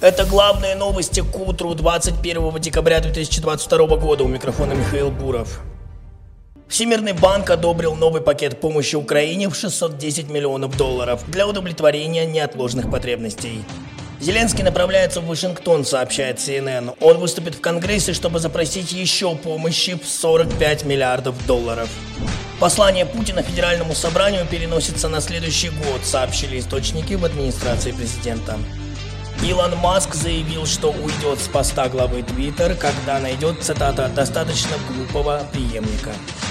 Это главные новости к утру 21 декабря 2022 года. У микрофона Михаил Буров. Всемирный банк одобрил новый пакет помощи Украине в $610 миллионов для удовлетворения неотложных потребностей. Зеленский направляется в Вашингтон, сообщает CNN. Он выступит в Конгрессе, чтобы запросить еще помощи в $45 миллиардов. Послание Путина Федеральному собранию переносится на следующий год, сообщили источники в администрации президента. Илон Маск заявил, что уйдет с поста главы Twitter, когда найдет, цитата, «достаточно глупого преемника».